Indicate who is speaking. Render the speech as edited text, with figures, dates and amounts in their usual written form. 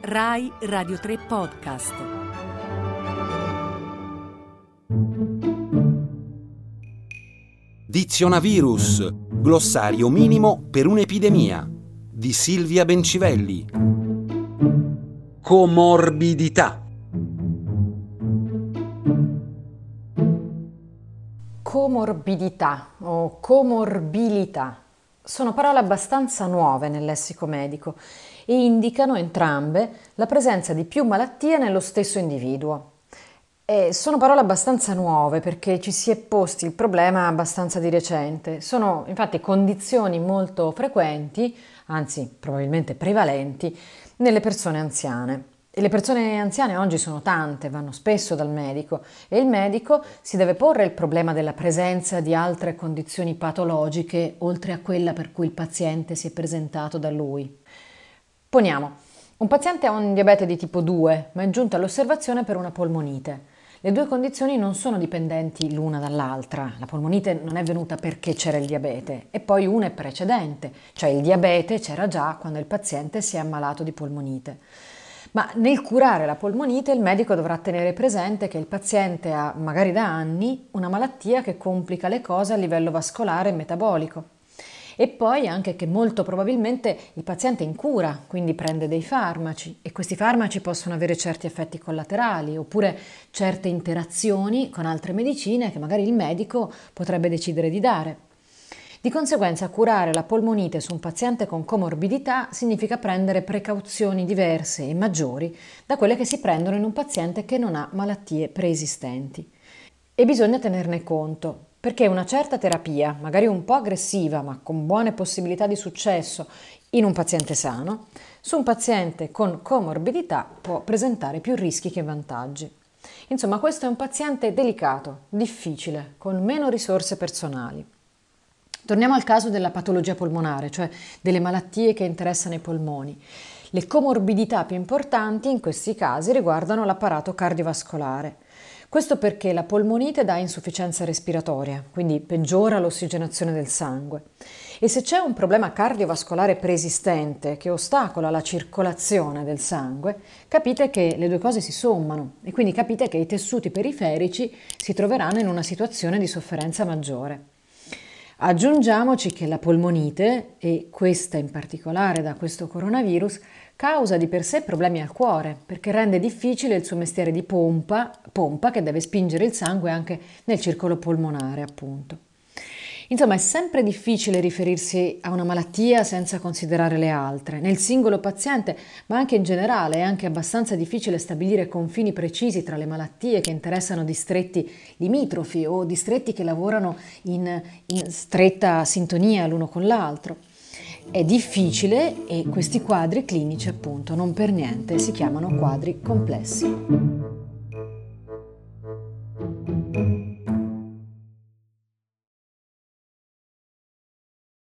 Speaker 1: Rai Radio 3 Podcast.
Speaker 2: Dizionavirus, glossario minimo per un'epidemia, di Silvia Bencivelli. Comorbidità.
Speaker 3: Comorbidità o comorbilità sono parole abbastanza nuove nel lessico medico e indicano entrambe la presenza di più malattie nello stesso individuo. E sono parole abbastanza nuove perché ci si è posti il problema abbastanza di recente. Sono infatti condizioni molto frequenti, anzi probabilmente prevalenti, nelle persone anziane. E le persone anziane oggi sono tante, vanno spesso dal medico e il medico si deve porre il problema della presenza di altre condizioni patologiche oltre a quella per cui il paziente si è presentato da lui. Poniamo, un paziente ha un diabete di tipo 2, ma è giunto all'osservazione per una polmonite. Le due condizioni non sono dipendenti l'una dall'altra. La polmonite non è venuta perché c'era il diabete e poi una è precedente, cioè il diabete c'era già quando il paziente si è ammalato di polmonite. Ma nel curare la polmonite il medico dovrà tenere presente che il paziente ha, magari da anni, una malattia che complica le cose a livello vascolare e metabolico. E poi anche che molto probabilmente il paziente è in cura, quindi prende dei farmaci e questi farmaci possono avere certi effetti collaterali oppure certe interazioni con altre medicine che magari il medico potrebbe decidere di dare. Di conseguenza, curare la polmonite su un paziente con comorbidità significa prendere precauzioni diverse e maggiori da quelle che si prendono in un paziente che non ha malattie preesistenti. E bisogna tenerne conto, perché una certa terapia, magari un po' aggressiva ma con buone possibilità di successo in un paziente sano, su un paziente con comorbidità può presentare più rischi che vantaggi. Insomma, questo è un paziente delicato, difficile, con meno risorse personali. Torniamo al caso della patologia polmonare, cioè delle malattie che interessano i polmoni. Le comorbidità più importanti in questi casi riguardano l'apparato cardiovascolare. Questo perché la polmonite dà insufficienza respiratoria, quindi peggiora l'ossigenazione del sangue. E se c'è un problema cardiovascolare preesistente che ostacola la circolazione del sangue, capite che le due cose si sommano e quindi capite che i tessuti periferici si troveranno in una situazione di sofferenza maggiore. Aggiungiamoci che la polmonite, e questa in particolare da questo coronavirus, causa di per sé problemi al cuore, perché rende difficile il suo mestiere di pompa che deve spingere il sangue anche nel circolo polmonare, appunto. Insomma, è sempre difficile riferirsi a una malattia senza considerare le altre. Nel singolo paziente, ma anche in generale, è anche abbastanza difficile stabilire confini precisi tra le malattie che interessano distretti limitrofi o distretti che lavorano in stretta sintonia l'uno con l'altro. È difficile e questi quadri clinici, appunto, non per niente si chiamano quadri complessi.